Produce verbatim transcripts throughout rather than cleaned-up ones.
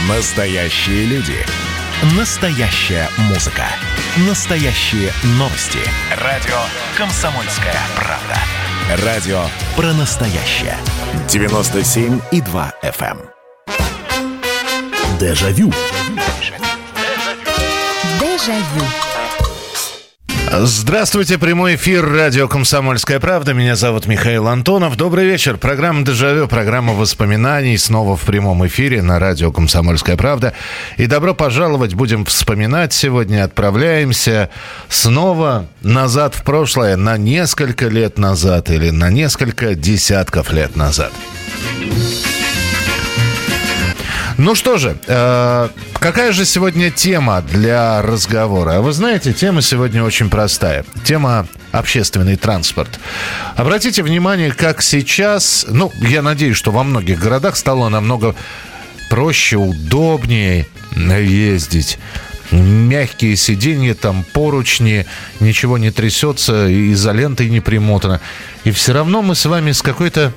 Настоящие люди. Настоящая музыка. Настоящие новости. Радио «Комсомольская правда». Радио про настоящее. девяносто семь и два эф эм. Дежавю. Дежавю. Здравствуйте, прямой эфир радио «Комсомольская правда». Меня зовут Михаил Антонов. Добрый вечер. Программа «Дежавю», программа воспоминаний. Снова в прямом эфире на радио «Комсомольская правда». И добро пожаловать. Будем вспоминать сегодня. Отправляемся снова назад в прошлое, на несколько лет назад или на несколько десятков лет назад. Ну что же, э, какая же сегодня тема для разговора? А вы знаете, тема сегодня очень простая. Тема общественный транспорт. Обратите внимание, как сейчас, ну, я надеюсь, что во многих городах стало намного проще, удобнее ездить. Мягкие сиденья, там поручни, ничего не трясется, изолентой не примотано. И все равно мы с вами с какой-то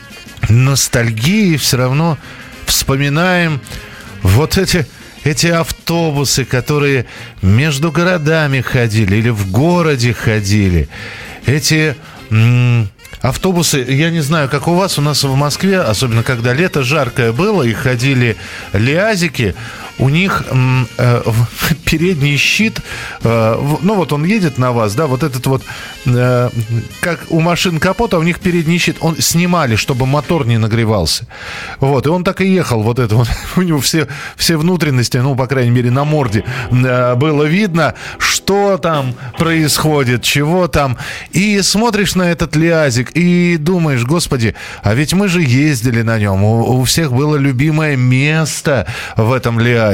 ностальгией все равно вспоминаем вот эти, эти автобусы, которые между городами ходили или в городе ходили. Эти м- автобусы, я не знаю, как у вас, у нас в Москве, особенно когда лето жаркое было, и ходили лиазики, у них м, э, передний щит, э, ну вот он едет на вас, да, вот этот вот, э, как у машин капот, а у них передний щит, он снимали, чтобы мотор не нагревался. Вот, и он так и ехал, вот это вот, у него все, все внутренности, ну, по крайней мере, на морде э, было видно, что там происходит, чего там. И смотришь на этот лиазик и думаешь, господи, а ведь мы же ездили на нем, у, у всех было любимое место в этом лиазике.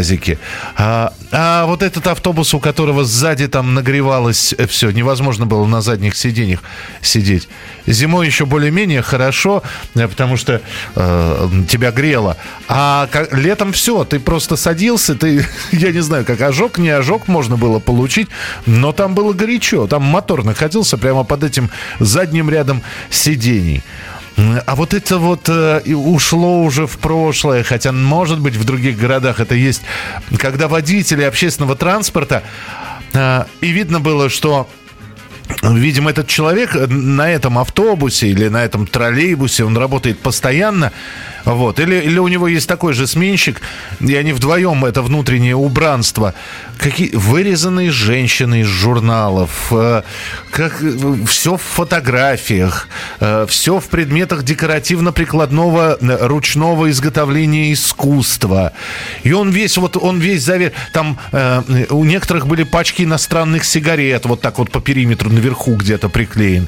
А, а вот этот автобус, у которого сзади там нагревалось все, невозможно было на задних сиденьях сидеть. Зимой еще более-менее хорошо, потому что э, тебя грело. А как, летом все, ты просто садился, ты, я не знаю, как ожог, не ожог можно было получить, но там было горячо. Там мотор находился прямо под этим задним рядом сидений. А вот это вот э, ушло уже в прошлое, хотя, может быть, в других городах это есть, когда водители общественного транспорта, э, и видно было, что, видимо, этот человек на этом автобусе или на этом троллейбусе, он работает постоянно, вот, или, или у него есть такой же сменщик, и они вдвоем, это внутреннее убранство, какие вырезанные женщины из журналов, э, как, все в фотографиях, э, все в предметах декоративно-прикладного ручного изготовления искусства. И он весь, вот он весь завер... Там э, у некоторых были пачки иностранных сигарет, вот так вот по периметру наверху где-то приклеен.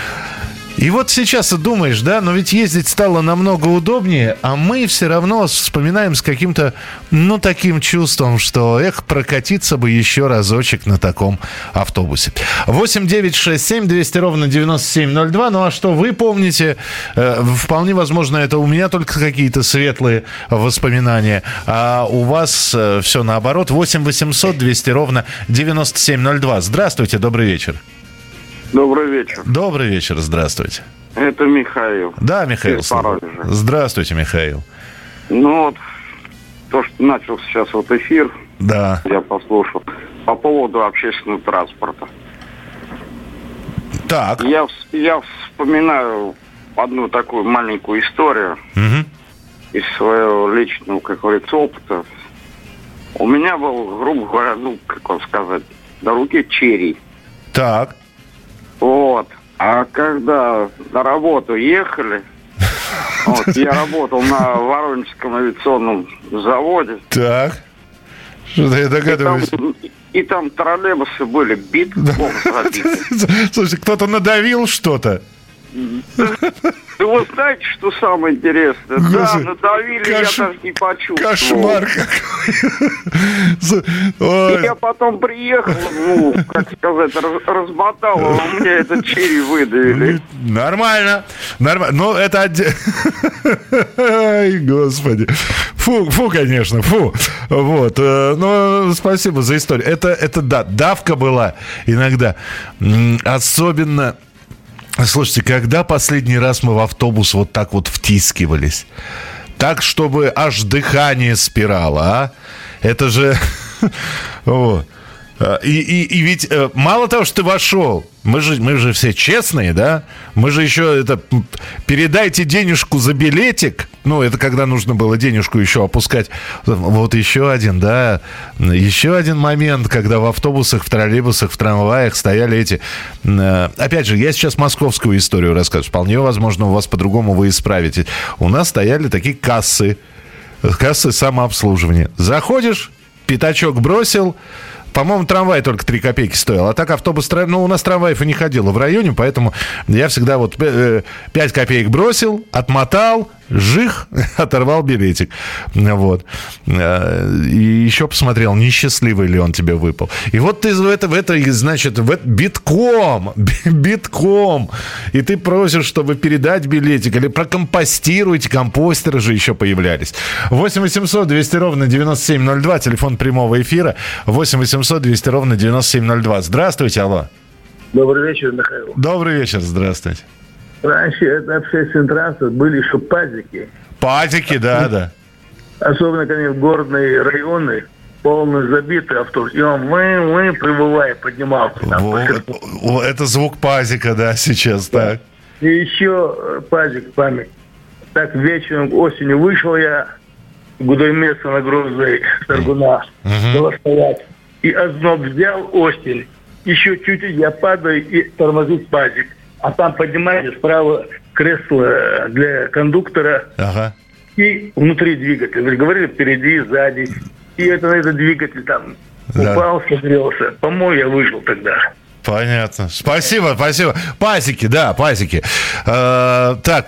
И вот сейчас ты думаешь, да, но ведь ездить стало намного удобнее, а мы все равно вспоминаем с каким-то, ну, таким чувством, что, эх, прокатиться бы еще разочек на таком автобусе. восемь девятьсот шестьдесят семь двести ровно девяносто семь ноль два. Ну, а что вы помните? Э, вполне возможно, это у меня только какие-то светлые воспоминания, а у вас э, все наоборот. восемь восемьсот двести ровно девяносто семь ноль два. Здравствуйте, добрый вечер. Добрый вечер. Добрый вечер, здравствуйте. Это Михаил. Да, Михаил. Здравствуйте, Михаил. Ну вот, то, что начал сейчас вот эфир, да. Я послушал, по поводу общественного транспорта. Так. Я, я вспоминаю одну такую маленькую историю угу. из своего личного, как говорится, опыта. У меня был, грубо говоря, ну, как вам сказать, на руке черри. Так. Вот. А когда на работу ехали, вот, я работал на Воронежском авиационном заводе. Так. Что-то я догадываюсь. И там, и там троллейбусы были битком забиты. Слушай, кто-то надавил что-то? Да вы знаете, что самое интересное? Да, надавили, Кош... я даже не почувствовал. Кошмар какой. Я потом приехал, ну, как сказать, раз, размотал, а у меня этот черри выдавили. Нормально. Нормально. Ну, это отдельно. Ай, господи. Фу, фу, конечно, фу. Вот. Ну, спасибо за историю. Это, это да, давка была иногда. Особенно... Слушайте, когда последний раз мы в автобус вот так вот втискивались? так, чтобы аж дыхание спирало, а? Это же... Вот. И, и, и ведь мало того, что ты вошел, мы же, мы же все честные, да? Мы же еще это... Передайте денежку за билетик. Ну, это когда нужно было денежку еще опускать. Вот еще один, да. Еще один момент, когда в автобусах, в троллейбусах, в трамваях стояли эти... Опять же, я сейчас московскую историю рассказываю. Вполне возможно, у вас по-другому вы исправите. У нас стояли такие кассы. Кассы самообслуживания. Заходишь, пятачок бросил... По-моему, трамвай только три копейки стоил. А так автобус... Ну, у нас трамваев и не ходило в районе, поэтому я всегда вот пять копеек бросил, отмотал, жих, оторвал билетик. Вот. И еще посмотрел, несчастливый ли он тебе выпал. И вот ты в это, в это значит, в это, битком, битком. И ты просишь, чтобы передать билетик. Или прокомпостируйте, компостеры же еще появлялись. восемь восемьсот двести ровно девяносто семь ноль два, телефон прямого эфира. восемь восемьсот двести ровно девяносто семь ноль два. Здравствуйте, алло. Добрый вечер, Михаил. Добрый вечер, здравствуйте. Раньше это общественный транспорт, были еще пазики. Пазики, да, да. Особенно, конечно, городные районы, полностью забитый автобус. И он вы-вы, прибывая, поднимался. Там, Во, это звук пазика, да, сейчас, да. Так. И еще пазик, память. Так вечером, осенью вышел я, гудоймеса на грузы Таргуна, было стоять. И озноб взял осень. Еще чуть-чуть я падаю и тормозит пазик. А там, поднимаете, справа кресло для кондуктора. Ага. И внутри двигатель. Вы же говорили, впереди, сзади. И это на этот двигатель там да. упал, согрелся. По-моему, я выжил тогда. Понятно. Спасибо, спасибо. Пазики, да, пазики. Э, так...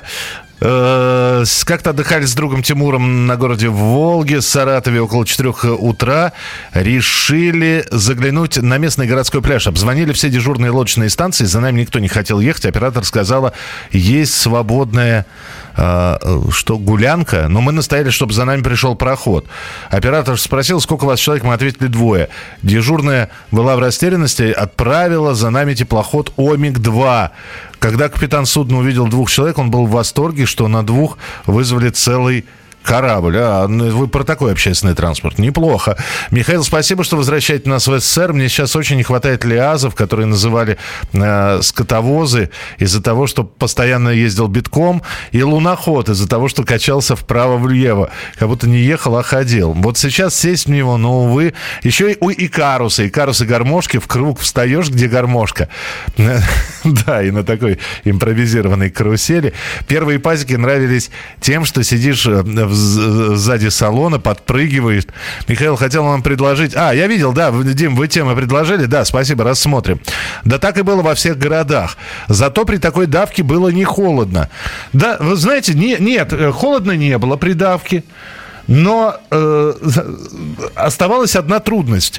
Как-то отдыхали с другом Тимуром на городе Волге, в Саратове около четырех утра. Решили заглянуть на местный городской пляж. Обзвонили все дежурные лодочные станции. За нами никто не хотел ехать. Оператор сказала, есть свободная э, что, гулянка. Но мы настояли, чтобы за нами пришел пароход. Оператор спросил, сколько у вас человек. Мы ответили, двое. Дежурная была в растерянности. Отправила за нами теплоход Омик два. Когда капитан судна увидел двух человек, он был в восторге, что на двух вызвали целый корабль. А вы про такой общественный транспорт. Неплохо. Михаил, спасибо, что возвращаете нас в СССР. Мне сейчас очень не хватает лиазов, которые называли э, скотовозы, из-за того, что постоянно ездил битком, и луноход из-за того, что качался вправо-влево. Как будто не ехал, а ходил. Вот сейчас сесть в него, но, увы. Еще и, и карусы. И карусы-гармошки. В круг встаешь, где гармошка. Да, и на такой импровизированной карусели. Первые пазики нравились тем, что сидишь в сзади салона, подпрыгивает. Михаил хотел вам предложить... А, я видел, да, Дим, вы темы предложили. Да, спасибо, рассмотрим. Да так и было во всех городах. Зато при такой давке было не холодно. Да, вы знаете, не, нет, холодно не было при давке. Но э, оставалась одна трудность.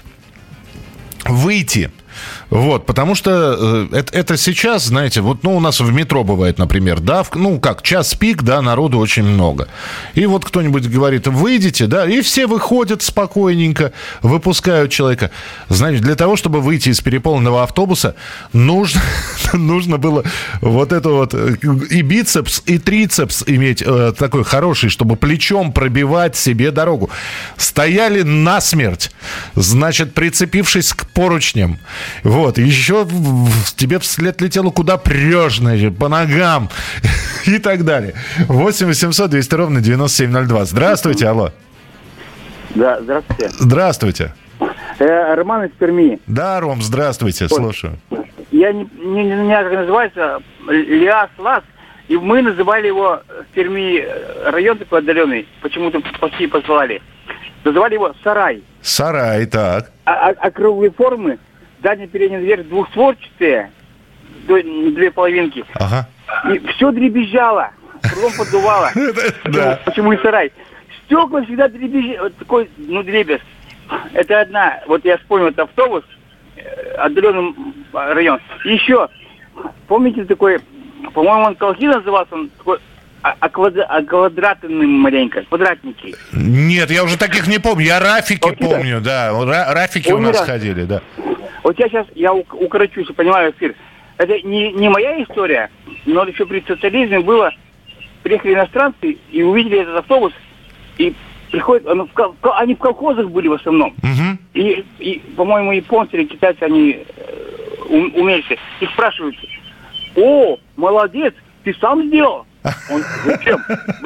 Выйти. Вот, потому что э, это, это сейчас, знаете, вот, ну, у нас в метро бывает, например, давка, ну, как, час пик, да, народу очень много. И вот кто-нибудь говорит, выйдите, да, и все выходят спокойненько, выпускают человека. Значит, для того, чтобы выйти из переполненного автобуса, нужно, нужно было вот это вот и бицепс, и трицепс иметь э, такой хороший, чтобы плечом пробивать себе дорогу. Стояли насмерть, значит, прицепившись к поручням. Вот, еще тебе вслед летело, куда прешь, значит, по ногам и так далее. восемь восемьсот двести ровно девяносто семь ноль два. Здравствуйте, алло. Да, здравствуйте. Здравствуйте. Э, Роман из Перми. Да, Ром, здравствуйте, Ой, слушаю. Я не, не, не знаю, как называется, Лиас, Лас, и мы называли его в Перми, район такой отдаленный, почему-то почти позвали. Называли его Сарай. Сарай, так. А, а, округлые формы. Задняя передняя дверь двухстворчатая, две половинки. Ага. И все дребезжало, кругом поддувало. Да. Почему и сарай? Стекла всегда дребезжали, такой, ну, дребезг. Это одна, вот я вспомнил, это автобус, отдаленный район. Еще, помните такой, по-моему, он Колхи назывался, он такой, а квадратный маленько, квадратники. Нет, я уже таких не помню, я рафики Колхи, помню, да, да. Рафики у нас ходили, да. Вот я сейчас, я укорочусь, понимаю, эфир. Это не, не моя история, но еще при социализме было, приехали иностранцы и увидели этот автобус, И приходят, ну, в, в, они в колхозах были в основном. Угу. И, и, по-моему, японцы или китайцы, они э, ум, умельцы. Их спрашивают: о, молодец, ты сам сделал? Он: зачем?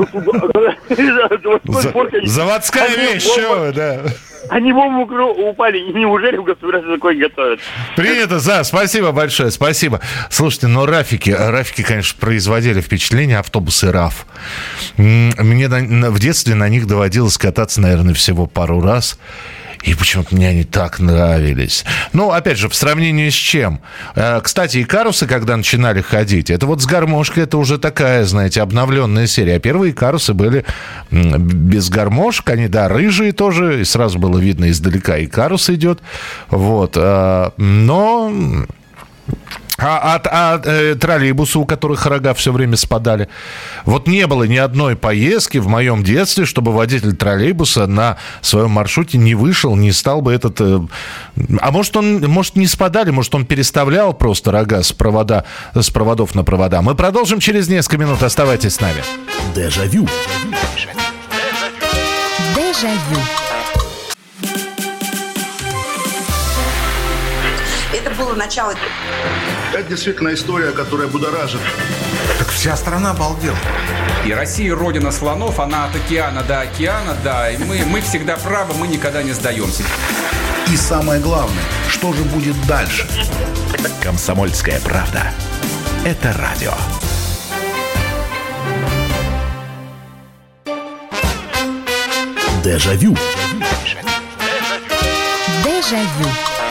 Заводская вещь, что, да. Они в обморок упали. Неужели в государстве такое готовят? Принято, за. Спасибо большое, спасибо. Слушайте, но рафики, рафики, конечно, производили впечатление, автобусы РАФ. Мне в детстве на них доводилось кататься, наверное, всего пару раз. И почему-то мне они так нравились. Ну, опять же, в сравнении с чем? Кстати, Икарусы, когда начинали ходить, это вот с гармошкой, это уже такая, знаете, обновленная серия. А первые Икарусы были без гармошек, они, да, рыжие тоже, и сразу было видно издалека, Икарус идет. Вот. Но... А, а, а э, троллейбусы, у которых рога все время спадали. Вот не было ни одной поездки в моем детстве, чтобы водитель троллейбуса на своем маршруте не вышел, не стал бы этот... Э, а может, он, может, не спадали, может, он переставлял просто рога с, провода, с проводов на провода. Мы продолжим через несколько минут. Оставайтесь с нами. Дежавю. Дежавю. Это было начало. Это действительно история, которая будоражит. Так вся страна обалдела. И Россия родина слонов, она от океана до океана, да. И мы, мы всегда правы, мы никогда не сдаемся. И самое главное, что же будет дальше? «Комсомольская правда». Это радио. Дежавю. Дежавю.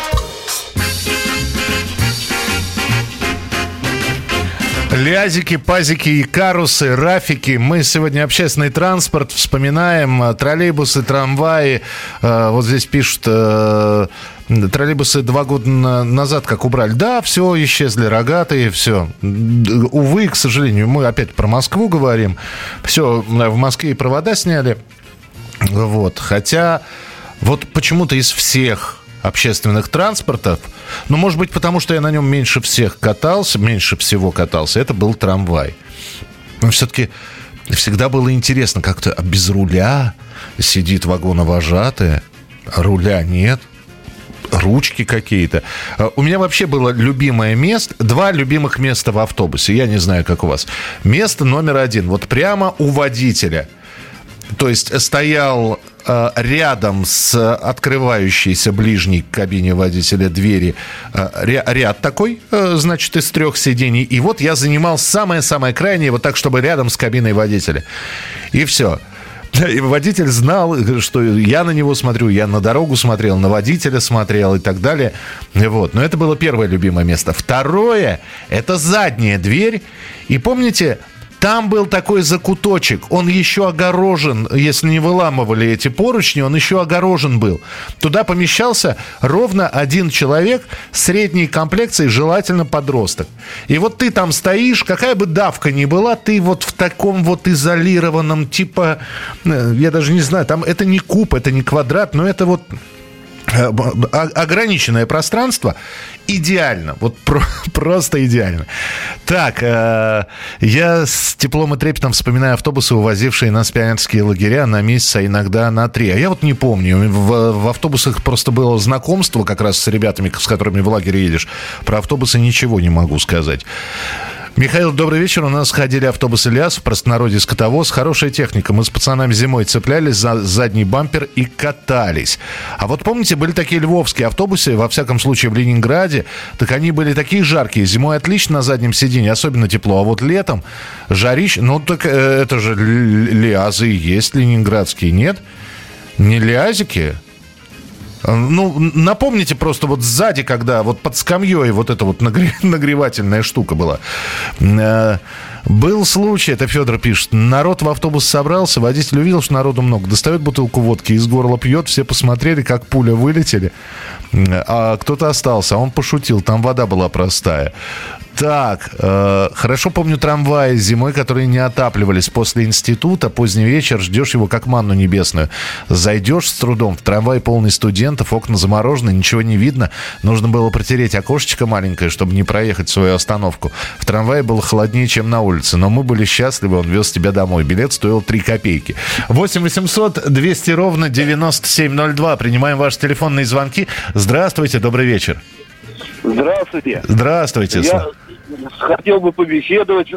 Лязики, пазики, икарусы, рафики. Мы сегодня общественный транспорт вспоминаем. Троллейбусы, трамваи. Вот здесь пишут... Троллейбусы два года назад как убрали. Да, все, исчезли рогатые, все. Увы, к сожалению, мы опять про Москву говорим. Все, в Москве и провода сняли. Вот. Хотя вот почему-то из всех общественных транспортов, ну, может быть, потому что я на нем меньше всех катался, меньше всего катался, это был трамвай. Но все-таки всегда было интересно, как-то без руля сидит вагоновожатая, руля нет, ручки какие-то. У меня вообще было любимое место, два любимых места в автобусе, я не знаю, как у вас. Место номер один, вот прямо у водителя. То есть стоял э, рядом с открывающейся ближней к кабине водителя двери э, ря- ряд такой, э, значит, из трех сидений. И вот я занимал самое-самое крайнее, вот так, чтобы рядом с кабиной водителя. И все. И водитель знал, что я на него смотрю, я на дорогу смотрел, на водителя смотрел и так далее. Вот. Но это было первое любимое место. Второе – это задняя дверь. И помните... Там был такой закуточек, он еще огорожен, если не выламывали эти поручни, он еще огорожен был. Туда помещался ровно один человек средней комплекции, желательно подросток. И вот ты там стоишь, какая бы давка ни была, ты вот в таком вот изолированном, типа, я даже не знаю, там это не куб, это не квадрат, но это вот... ограниченное пространство идеально, вот про, просто идеально. Так, э, я с теплом и трепетом вспоминаю автобусы, увозившие нас в пионерские лагеря на месяц, а иногда на три. А я вот не помню, в, в автобусах просто было знакомство как раз с ребятами, с которыми в лагерь едешь. Про автобусы ничего не могу сказать. Михаил, добрый вечер. У нас ходили автобусы ЛиАЗ, в простонародье скотовоз. Хорошая техника. Мы с пацанами зимой цеплялись за задний бампер и катались. А вот помните, были такие львовские автобусы, во всяком случае в Ленинграде, так они были такие жаркие. Зимой отлично на заднем сиденье, особенно тепло. А вот летом жарище. Ну, так это же ЛиАЗы и есть ленинградские, нет? Не ЛиАЗики? Ну, напомните просто вот сзади, когда вот под скамьей вот эта вот нагревательная штука была. Был случай, это Федор пишет, народ в автобус собрался, водитель увидел, что народу много, достает бутылку водки, из горла пьет, все посмотрели, как пуля вылетели, а кто-то остался, а он пошутил, там вода была простая. Так, э, хорошо помню трамваи зимой, которые не отапливались. После института, поздний вечер, ждешь его как манну небесную. Зайдешь с трудом, в трамвай полный студентов, окна заморожены, ничего не видно. Нужно было протереть окошечко маленькое, чтобы не проехать свою остановку. В трамвае было холоднее, чем на улице, но мы были счастливы, он вез тебя домой. Билет стоил три копейки. восемь восемьсот двести ровно девяносто семь ноль два. Принимаем ваши телефонные звонки. Здравствуйте, добрый вечер. Здравствуйте. Здравствуйте. Я хотел бы побеседовать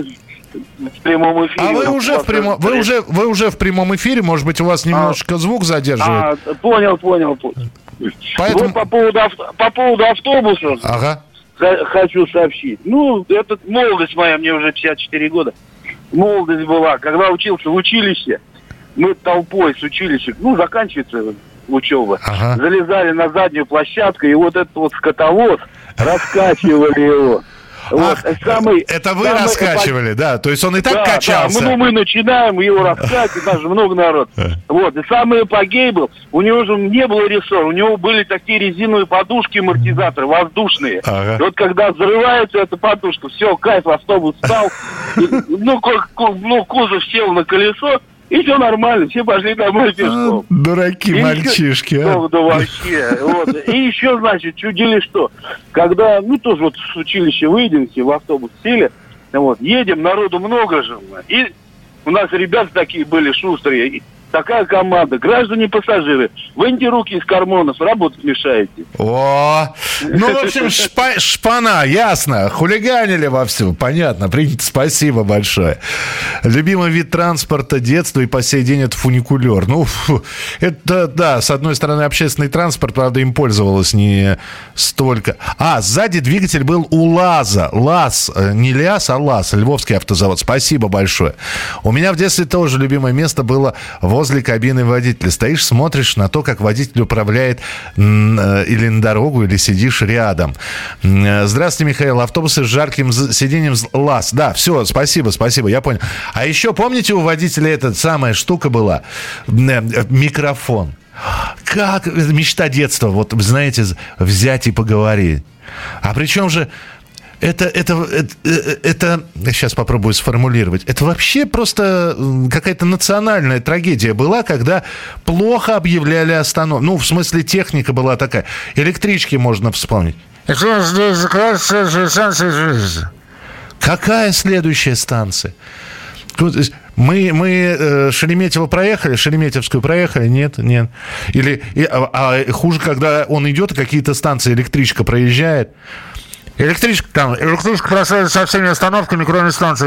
в прямом эфире. А вы уже в прямом, вы уже, вы уже в прямом эфире, может быть, у вас немножко а, звук задерживает. А, понял, понял, понял. Поэтому... Вот по поводу, авто, по поводу автобуса ага. хочу сообщить. Ну, это молодость моя, мне уже пятьдесят четыре года. Молодость была, когда учился в училище, мы толпой с училища, ну, заканчивается учеба, ага. залезали на заднюю площадку, и вот этот вот скотовоз, раскачивали его. Вот, Ах, самый, это вы самый, раскачивали, да? То есть он и так да, качался? Да, ну мы начинаем его раскачивать, даже много народ. Вот, и самый эпогей был, у него же не было рессора, у него были такие резиновые подушки-амортизаторы, воздушные. Ага. И вот когда взрывается эта подушка, все, кайф, автобус встал, и, ну, ну, кузов сел на колесо, и все нормально, все пошли домой пешком. А, дураки, и мальчишки, еще, а? Да, да вообще. Вот. И еще, значит, чудили что? Когда, ну, тоже вот с училища выйдем, все в автобус сели, вот, едем, народу много же. И у нас ребята такие были шустрые. Такая команда. Граждане пассажиры, выньте руки из карманов, работать мешаете. О, ну, в общем, шпа- шпана, ясно. Хулиганили вовсю, понятно, принято, спасибо большое. Любимый вид транспорта детства и по сей день это фуникулер. Ну, фу, это, да, с одной стороны, общественный транспорт, правда, им пользовалось не столько. А, сзади двигатель был у ЛАЗа. ЛАЗ, не ЛиАЗ, а ЛАЗ, Львовский автозавод. Спасибо большое. У меня в детстве тоже любимое место было возле кабины водителя. Стоишь, смотришь на то, как водитель управляет или на дорогу, или сидишь рядом. Здравствуйте, Михаил. Автобусы с жарким сиденьем ЛАЗ. Да, все, спасибо, спасибо, я понял. А еще, помните, у водителя эта самая штука была? Микрофон. Как мечта детства, вот, знаете, взять и поговорить. А причем же Это, это, это, это, сейчас попробую сформулировать, это вообще просто какая-то национальная трагедия была, когда плохо объявляли остановку. Ну, в смысле, техника была такая. Электрички можно вспомнить. Какая следующая станция? Мы, мы Шереметьево проехали, Шереметьевскую проехали, нет, нет. Или, а, а хуже, когда он идет, и какие-то станции электричка проезжает. Электричка там, электричка проходит со всеми остановками, кроме станции.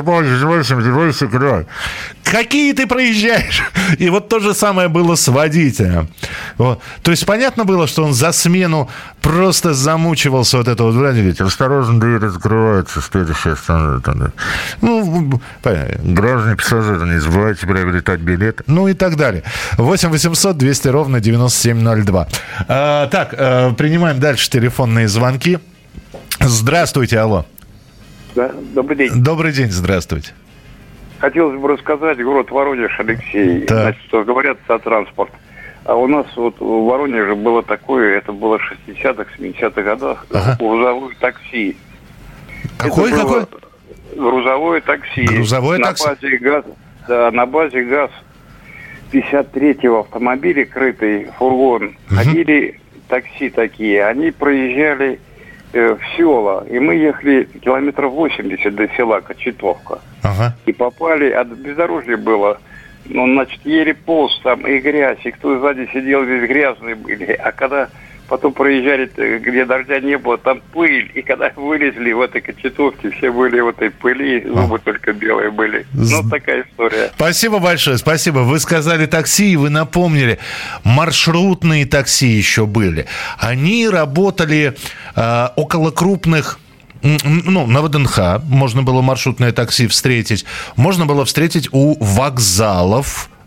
Какие ты проезжаешь? И вот то же самое было с водителем. Вот. То есть понятно было, что он за смену просто замучивался вот это вот. Говорит, осторожно, дверь открывается, следующая станция. Ну, граждане пассажиры, не забывайте приобретать билет. Ну и так далее. восемь восемьсот двести ровно девяносто семь ноль два. А, так, а, принимаем дальше телефонные звонки. Здравствуйте, алло. Да, добрый день. Добрый день, здравствуйте. Хотелось бы рассказать, город Воронеж, Алексей. Да. Значит, что говорят про транспорт. А у нас вот в Воронеже было такое, это было в шестидесятых, семидесятых годах, ага. грузовое такси. Какое, какое? Грузовое такси. Грузовое на такси? Базе ГАЗ, да, на базе ГАЗ пятьдесят третьего автомобиля, крытый фургон, угу. ходили такси такие, они проезжали в села, и мы ехали километров восемьдесят до села Кочетовка. Ага. И попали, а бездорожье было, ну, значит, еле полз там, и грязь, и кто сзади сидел, весь грязные были. А когда потом проезжали, где дождя не было, там пыль, и когда вылезли в этой Кочетовке, все были в этой пыли, зубы а. только белые были. Ну, такая история. Спасибо большое, спасибо. Вы сказали такси, и вы напомнили, маршрутные такси еще были. Они работали э, около крупных... Ну, на ВДНХ можно было маршрутное такси встретить. Можно было встретить у вокзалов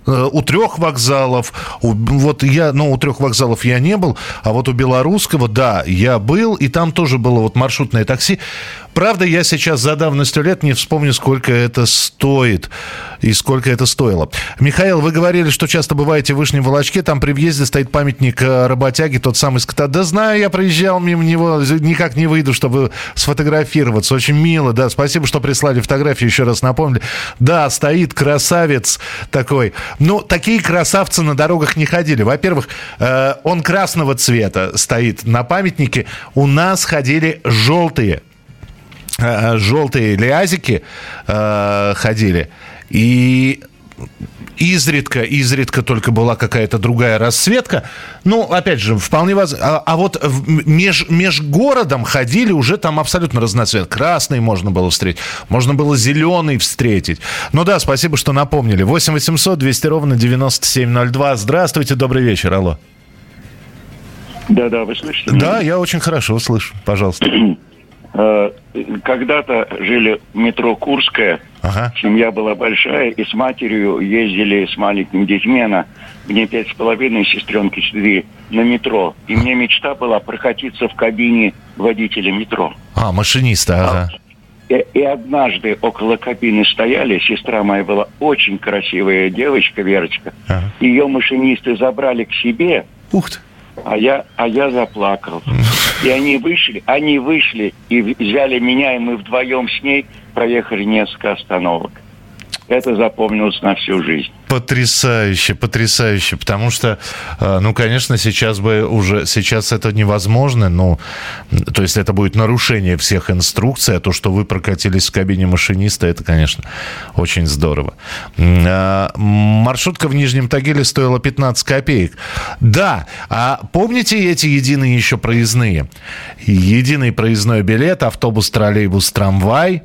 У трех вокзалов, у, вот я, ну, у трех вокзалов я не был, а вот у Белорусского, да, я был, и там тоже было вот маршрутное такси. Правда, я сейчас за давностью лет не вспомню, сколько это стоит и сколько это стоило. Михаил, вы говорили, что часто бываете в Вышнем Волочке, там при въезде стоит памятник работяге, тот самый скота. Да знаю, я проезжал мимо него, никак не выйду, чтобы сфотографироваться. Очень мило, да, спасибо, что прислали фотографии, еще раз напомнили. Да, стоит красавец такой. Ну, такие красавцы на дорогах не ходили. Во-первых, э, он красного цвета стоит на памятнике. У нас ходили желтые. Э, желтые лиазики э, ходили. И изредка, изредка только была какая-то другая расцветка. Ну, опять же, вполне возможно. А, а вот меж, меж городом ходили уже там абсолютно разноцветные. Красный можно было встретить, можно было зеленый встретить. Ну да, спасибо, что напомнили. восемь восемьсот двести ровно девяносто семь ноль два. Здравствуйте, добрый вечер, алло. Да-да, вы слышите? Да, я очень хорошо слышу, пожалуйста. Когда-то жили в метро Курская, ага. Семья была большая, и с матерью ездили с маленькими детьми, она, мне пять с половиной, сестренки четыре, на метро. И мне мечта была прокатиться в кабине водителя метро. А, машиниста, ага. И, и однажды около кабины стояли, сестра моя была очень красивая девочка, Верочка, ага. Ее машинисты забрали к себе. Ух ты! А я, а я заплакал. И они вышли, они вышли и взяли меня, и мы вдвоем с ней проехали несколько остановок. Это запомнилось на всю жизнь. Потрясающе, потрясающе, потому что, ну, конечно, сейчас бы уже, сейчас это невозможно, ну, то есть это будет нарушение всех инструкций, а то, что вы прокатились в кабине машиниста, это, конечно, очень здорово. Маршрутка в Нижнем Тагиле стоила пятнадцать копеек. Да, а помните эти единые еще проездные? Единый проездной билет, автобус, троллейбус, трамвай.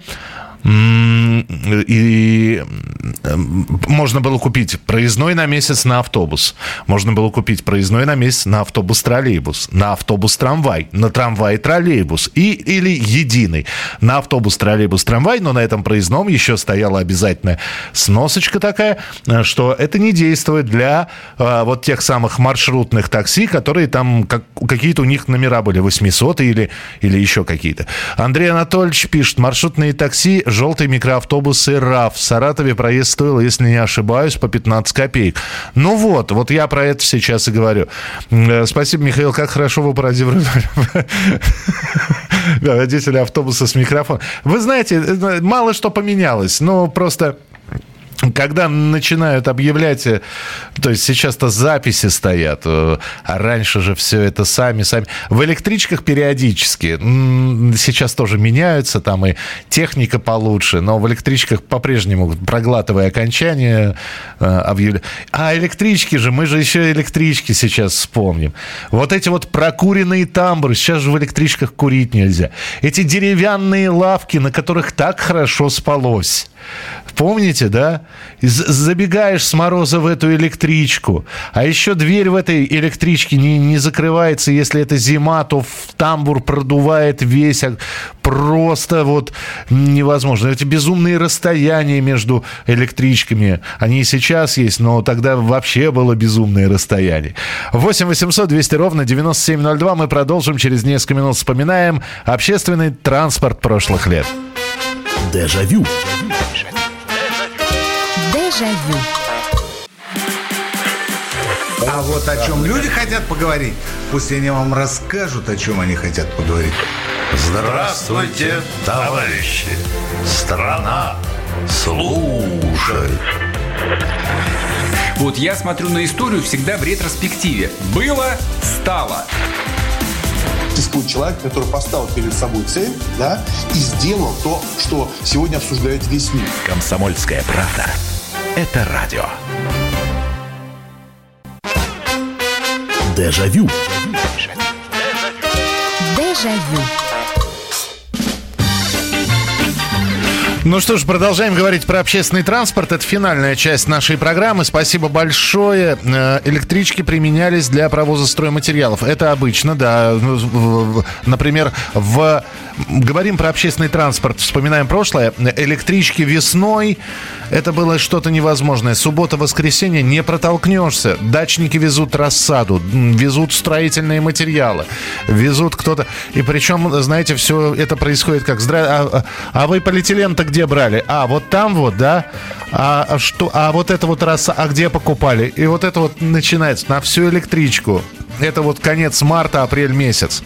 И можно было купить проездной на месяц на автобус. Можно было купить проездной на месяц на автобус-троллейбус, на автобус-трамвай, на трамвай-троллейбус и, или единый. На автобус-троллейбус-трамвай, но на этом проездном еще стояла обязательная сносочка такая, что это не действует для а, вот тех самых маршрутных такси, которые там, как, какие-то у них номера были, восемьсот или, или еще какие-то. Андрей Анатольевич пишет, маршрутные такси, желтые микроавтобусы РАФ. В Саратове проезд стоил, если не ошибаюсь, по пятнадцать копеек. Ну вот, вот я про это сейчас и говорю. Спасибо, Михаил, как хорошо вы пародировали водителя автобуса с микрофоном. Вы знаете, мало что поменялось, но просто... Когда начинают объявлять, то есть сейчас-то записи стоят, а раньше же все это сами, сами. В электричках периодически, сейчас тоже меняются, там и техника получше, но в электричках по-прежнему, проглатывая окончание, объявляют. А электрички же, мы же еще электрички сейчас вспомним. Вот эти вот прокуренные тамбуры, сейчас же в электричках курить нельзя. Эти деревянные лавки, на которых так хорошо спалось. Помните, да? Забегаешь с мороза в эту электричку, а еще дверь в этой электричке не, не закрывается, если это зима, то в тамбур продувает весь, просто вот невозможно. Эти безумные расстояния между электричками, они и сейчас есть, но тогда вообще было безумное расстояние. восемь восемьсот двести ровно девяносто семь ноль два, мы продолжим через несколько минут, вспоминаем общественный транспорт прошлых лет. Дежавю. Дежавю. А вот о чем люди хотят поговорить, пусть они вам расскажут, о чем они хотят поговорить. Здравствуйте, товарищи! Страна слушает. Вот я смотрю на историю всегда в ретроспективе. Было, стало. Существует человек, который поставил перед собой цель, да, и сделал то, что сегодня обсуждает весь мир. Комсомольская правда. Это радио. Дежавю. Дежавю. Ну что ж, продолжаем говорить про общественный транспорт. Это финальная часть нашей программы. Спасибо большое. Электрички применялись для провоза стройматериалов. Это обычно, да. Например, в... говорим про общественный транспорт, вспоминаем прошлое. Электрички весной Это было что-то невозможное. Суббота, воскресенье не протолкнешься. Дачники везут рассаду, везут строительные материалы, везут кто-то. И причем, знаете, все это происходит как... Здра... А, а вы полиэтилен-то где брали? А, вот там вот, да? А, а, что... а вот это вот рассада... А где покупали? И вот это вот начинается на всю электричку. Это вот конец марта, апрель месяц.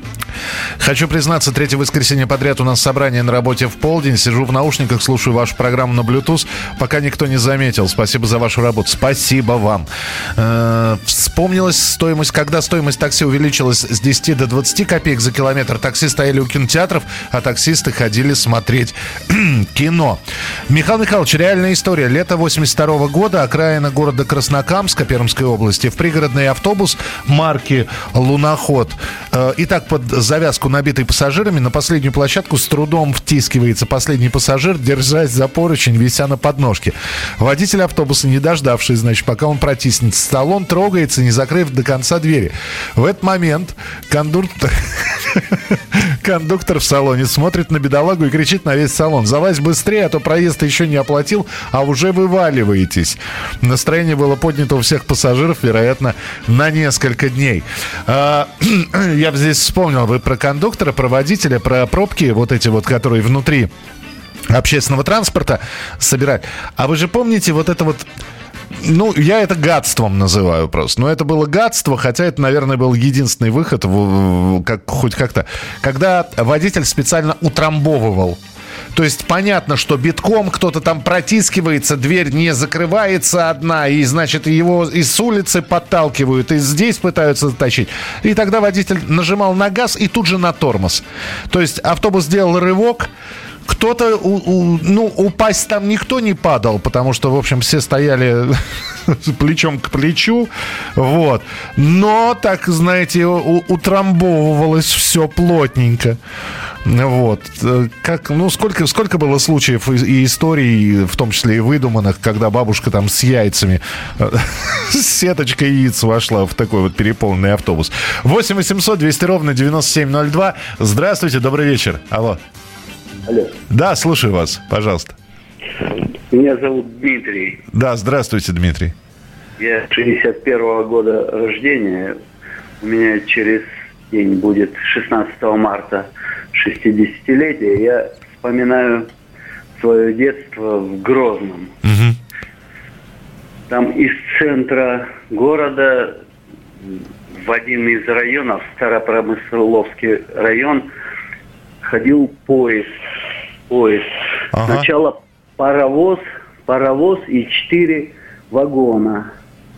Хочу признаться, третье воскресенье подряд у нас собрание на работе в полдень. Сижу в наушниках, слушаю вашу программу на Bluetooth, пока никто не заметил. Спасибо за вашу работу. Спасибо вам. Э-э- вспомнилась стоимость, когда стоимость такси увеличилась с десяти до двадцати копеек за километр. Такси стояли у кинотеатров, а таксисты ходили смотреть кино. Михаил Михайлович, реальная история. Лето восемьдесят второго года, окраина города Краснокамска Пермской области. В пригородный автобус марки «Луноход». Э- итак, под завязку, набитой пассажирами, на последнюю площадку с трудом втискивается последний пассажир, держась за поручень, вися на подножке. Водитель автобуса, не дождавшись, значит, пока он протиснется, салон трогается, не закрыв до конца двери. В этот момент кондуктор, кондуктор в салоне смотрит на бедолагу и кричит на весь салон: залазь быстрее, а то проезд еще не оплатил, а уже вываливаетесь. Настроение было поднято у всех пассажиров, вероятно, на несколько дней. Я здесь вспомнил, вы про кондуктора, про водителя, про пробки, вот эти вот, которые внутри общественного транспорта собирают. А вы же помните вот это вот... Ну, я это гадством называю просто. Но это было гадство, хотя это, наверное, был единственный выход, в, как, хоть как-то. Когда водитель специально утрамбовывал. То есть понятно, что битком кто-то там протискивается, дверь не закрывается одна, и, значит, его и с улицы подталкивают, и здесь пытаются затащить. И тогда водитель нажимал на газ и тут же на тормоз. То есть автобус сделал рывок, кто-то, у, у, ну, упасть там никто не падал, потому что, в общем, все стояли плечом к плечу, вот. Но, так, знаете, у, утрамбовывалось все плотненько. Вот. Как, ну, сколько, сколько было случаев и, и историй, в том числе и выдуманных, когда бабушка там с яйцами, с сеточкой яиц вошла в такой вот переполненный автобус. восемь восемьсот двести ровно девяносто семь ноль два. Здравствуйте, добрый вечер. Алло. Алло. Да, слушаю вас, пожалуйста. Меня зовут Дмитрий. Да, здравствуйте, Дмитрий. Я шестьдесят первого года рождения. У меня через день будет шестнадцатого марта шестидесятилетие. Я вспоминаю свое детство в Грозном. Угу. Там из центра города в один из районов, Старопромысловский район, ходил поезд. Поезд. Ага. Сначала паровоз, паровоз и четыре вагона.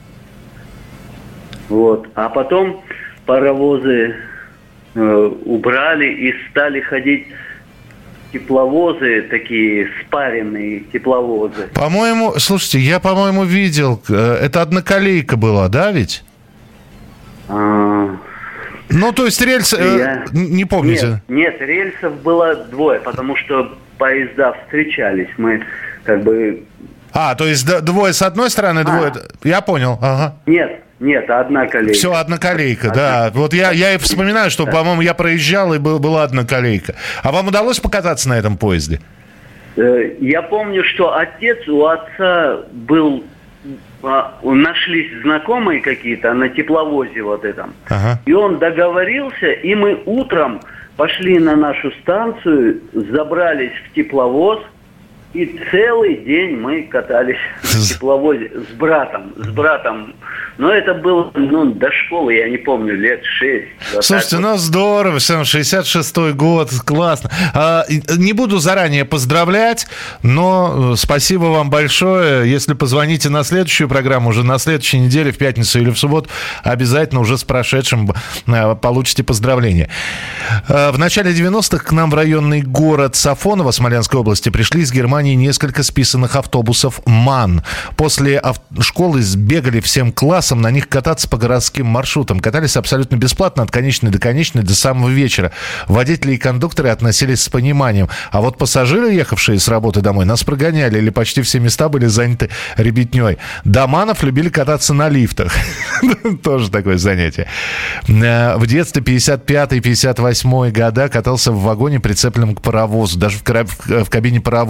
Вот. А потом паровозы э, убрали и стали ходить тепловозы, такие спаренные тепловозы. По-моему, слушайте, я, по-моему, видел, это одноколейка была, да, ведь? А... Ну, то есть рельсы, Я... э, не помните? Нет, нет, рельсов было двое, потому что поезда встречались. Мы как бы... А, то есть двое с одной стороны, а. двое... Я понял, ага. Нет, нет, одна колейка. Все, одна колейка, одна... да. Вот я, я и вспоминаю, что, да. По-моему, я проезжал, и был, была одна колейка. А вам удалось покататься на этом поезде? Я помню, что отец, у отца был... Нашлись знакомые какие-то на тепловозе вот этом. Ага. И он договорился, и мы утром пошли на нашу станцию, забрались в тепловоз, и целый день мы катались в тепловозе с братом, с братом. Но это было, ну, до школы, я не помню, лет шесть. Слушайте, ну вот. Здорово, шестьдесят шестой год, классно. А, не буду заранее поздравлять, но спасибо вам большое. Если позвоните на следующую программу, уже на следующей неделе, в пятницу или в субботу, обязательно уже с прошедшим получите поздравления. В начале девяностых к нам в районный город Сафоново Смоленской области пришли из Германии несколько списанных автобусов МАН. После ав- школы сбегали всем классом на них кататься по городским маршрутам. Катались абсолютно бесплатно от конечной до конечной до самого вечера. Водители и кондукторы относились с пониманием. А вот пассажиры, ехавшие с работы домой, нас прогоняли, или почти все места были заняты ребятней. До МАНов любили кататься на лифтах. Тоже такое занятие. В детстве пятьдесят пятый - пятьдесят восьмой года катался в вагоне, прицепленном к паровозу. Даже в кабине паровоза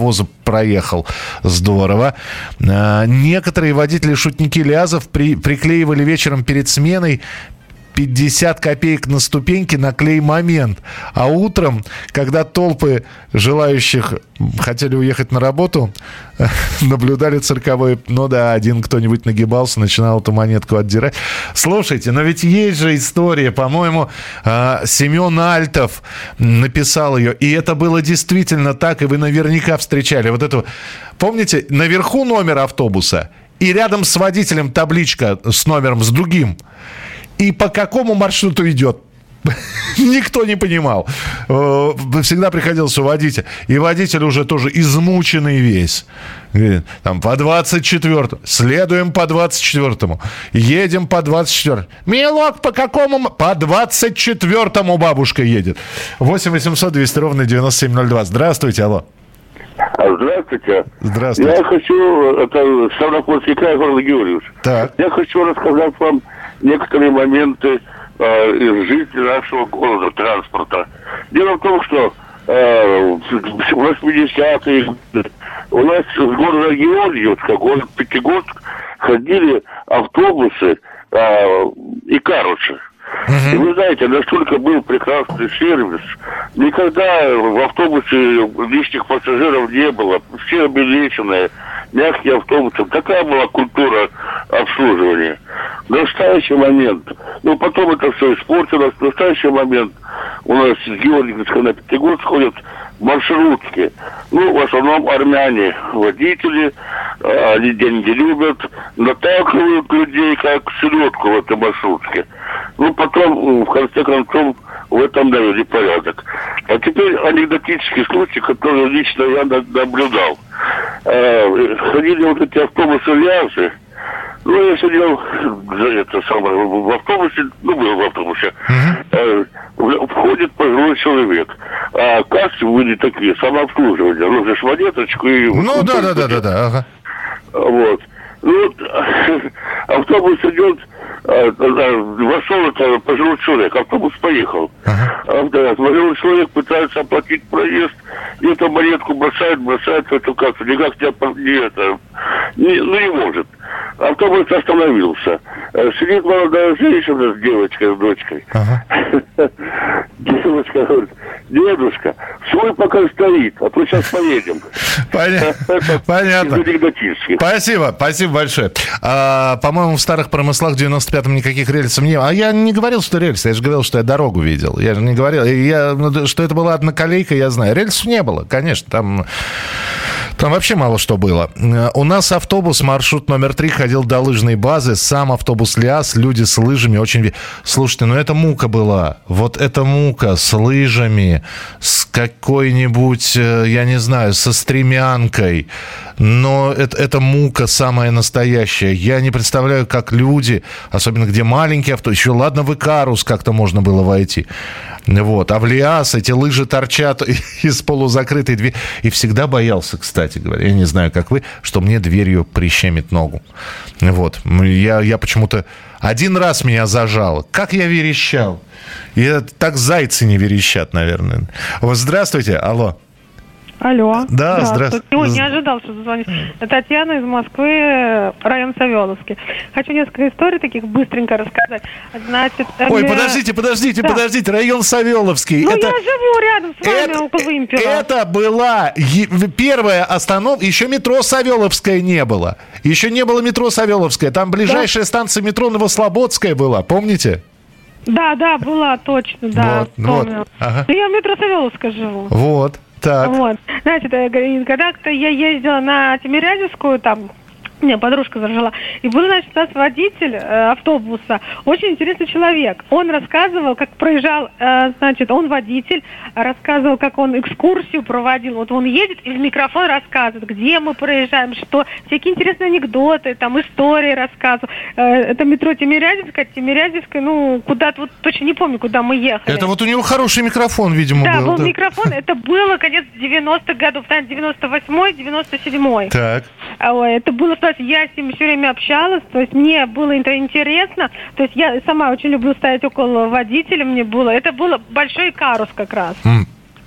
проехал. Здорово. А, некоторые водители-шутники Лиазов при, приклеивали вечером перед сменой пятьдесят копеек на ступеньки на клей «Момент». А утром, когда толпы желающих хотели уехать на работу, наблюдали цирковой... Ну да, один кто-нибудь нагибался, начинал эту монетку отдирать. Слушайте, но ведь есть же история, по-моему, Семен Альтов написал ее, и это было действительно так, и вы наверняка встречали вот этого. Помните, наверху номер автобуса, и рядом с водителем табличка с номером, с другим. И по какому маршруту идет? Никто не понимал. Всегда приходилось уводить. И водитель уже тоже измученный весь. Там по двадцать четвёртому. Следуем по двадцать четвёртому. Едем по двадцать четвёртому. Милок, по какому? По двадцать четвёртому бабушка едет. восемь восемьсот двести ровно девяносто семь ноль два. Здравствуйте, алло. Здравствуйте. Здравствуйте. Я хочу, это Ставропольский край, город Георгиевск. Так. Я хочу рассказать вам некоторые моменты э, из жизни нашего города, транспорта. Дело в том, что э, в восьмидесятые годы у нас с города Георгиевска, город Пятигорск, ходили автобусы э, и каруши. Uh-huh. И вы знаете, настолько был прекрасный сервис. Никогда в автобусе лишних пассажиров не было. Все обелеченные, мягкие автобусы. Такая была культура обслуживания. В настоящий момент, ну потом это все испортилось. В настоящий момент у нас с Георгиевска на Пятигорск ходят маршрутки. Ну, в основном армяне, водители, они деньги любят, наталкивают людей как селедку в этой маршрутке. Ну, потом, в конце концов, в этом навели порядок. А теперь анекдотический случай, который лично я наблюдал. Ходили вот эти автобусы Лиазы. Ну, я сидел это самое, в автобусе, ну, был в автобусе. Uh-huh. Э, входит пожилой человек. А кассы были такие, самообслуживание. Ну, же монеточку и... Ну, да, да, да, да, да, ага. Вот. Ну, вот, автобус идет, вошел это пожилой человек, автобус поехал. Uh-huh. Пожилой человек пытается оплатить проезд, и эту монетку бросает, бросает в эту кассу. Никак не, это, не, ну, не может. Автобус остановился. Сидит молодая женщина с девочкой, с дочкой. Uh-huh. Девочка говорит: дедушка, свой пока стоит, а то сейчас поедем. Понятно. Спасибо, спасибо большое. А, по-моему, в старых промыслах в девяносто пятом никаких рельсов не было. А я не говорил, что рельсы, я же говорил, что я дорогу видел. Я же не говорил, я, что это была одноколейка, я знаю. Рельсов не было, конечно, там... Там вообще мало что было. У нас автобус, маршрут номер три, ходил до лыжной базы. Сам автобус Лиаз, люди с лыжами очень... Слушайте, ну это мука была. Вот это мука с лыжами, с какой-нибудь, я не знаю, со стремянкой. Но это, это мука самая настоящая. Я не представляю, как люди, особенно где маленькие авто, еще ладно в Икарус как-то можно было войти. Вот. А в Лиаз эти лыжи торчат из полузакрытой двери. И всегда боялся, кстати говоря, я не знаю, как вы, что мне дверью прищемит ногу. Вот. Я, я почему-то... Один раз меня зажало. Как я верещал. И так зайцы не верещат, наверное. Вот, здравствуйте. Алло. Алло. Да, здравствуйте. Ой, не ожидал, что зазвонишь. Татьяна из Москвы, район Савеловский. Хочу несколько историй таких быстренько рассказать. Значит, Ой, для... подождите, подождите, да. подождите. Район Савеловский. Ну, это... я живу рядом с вами, это... около Вымпела. Это была первая остановка. Еще метро Савеловское не было. Еще не было метро Савеловское. Там ближайшая да? станция метро Новослободская была. Помните? Да, да, была, точно, да. Вот, помню. Вот. Ага. Я в метро Савеловское живу. Вот. Так. Вот. Значит, когда-то я ездила на Тимирязевскую, там, у меня подружка зажила, и был, значит, у нас водитель э, автобуса, очень интересный человек. Он рассказывал, как проезжал, э, значит, он водитель, рассказывал, как он экскурсию проводил. Вот он едет и в микрофон рассказывает, где мы проезжаем, что, всякие интересные анекдоты, там, истории рассказывал. Э, это метро Тимирязевская, Тимирязевская, ну, куда-то, вот точно не помню, куда мы ехали. Это вот у него хороший микрофон, видимо, да, был. был да, был микрофон, это было конец девяностых годов, девяносто восьмой, девяносто седьмой. Так. Ой, это было, то есть я с ним все время общалась, то есть мне было это интересно, то есть я сама очень люблю стоять около водителя, мне было, это было большой Икарус как раз. Mm.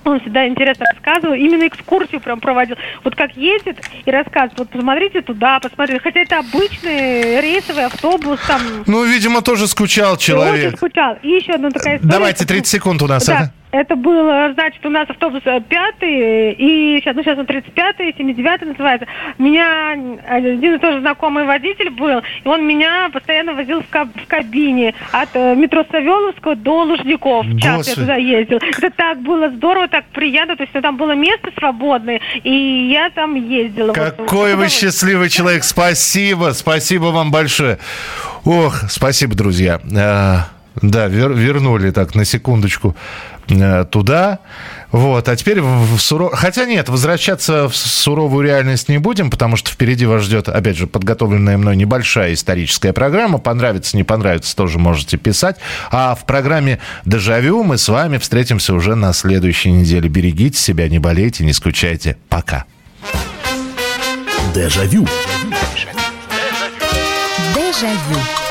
Он всегда интересно рассказывал, именно экскурсию прям проводил. Вот как ездит и рассказывает, вот посмотрите туда, посмотрите. Хотя это обычный рейсовый автобус там. Ну, видимо, тоже скучал человек. Очень скучал. И еще одна такая история. Давайте, тридцать секунд у нас. Да. Это? Это был, значит, у нас автобус пятый, и сейчас, ну, сейчас он тридцать пятый, семьдесят девятый называется. Меня один и тот же знакомый водитель был, и он меня постоянно возил в, каб- в кабине от э, метро Савеловского до Лужников. Часто я туда ездил. Это так было здорово, так приятно, то есть там было место свободное, и я там ездила. Какой вот. Вы счастливый человек, спасибо, спасибо вам большое. Ох, спасибо, друзья. Да, вер- вернули так на секундочку туда. Вот. А теперь в суров... Хотя нет, возвращаться в суровую реальность не будем, потому что впереди вас ждет, опять же, подготовленная мной небольшая историческая программа. Понравится, не понравится, тоже можете писать. А в программе «Дежавю» мы с вами встретимся уже на следующей неделе. Берегите себя, не болейте, не скучайте. Пока. Дежавю. Дежавю.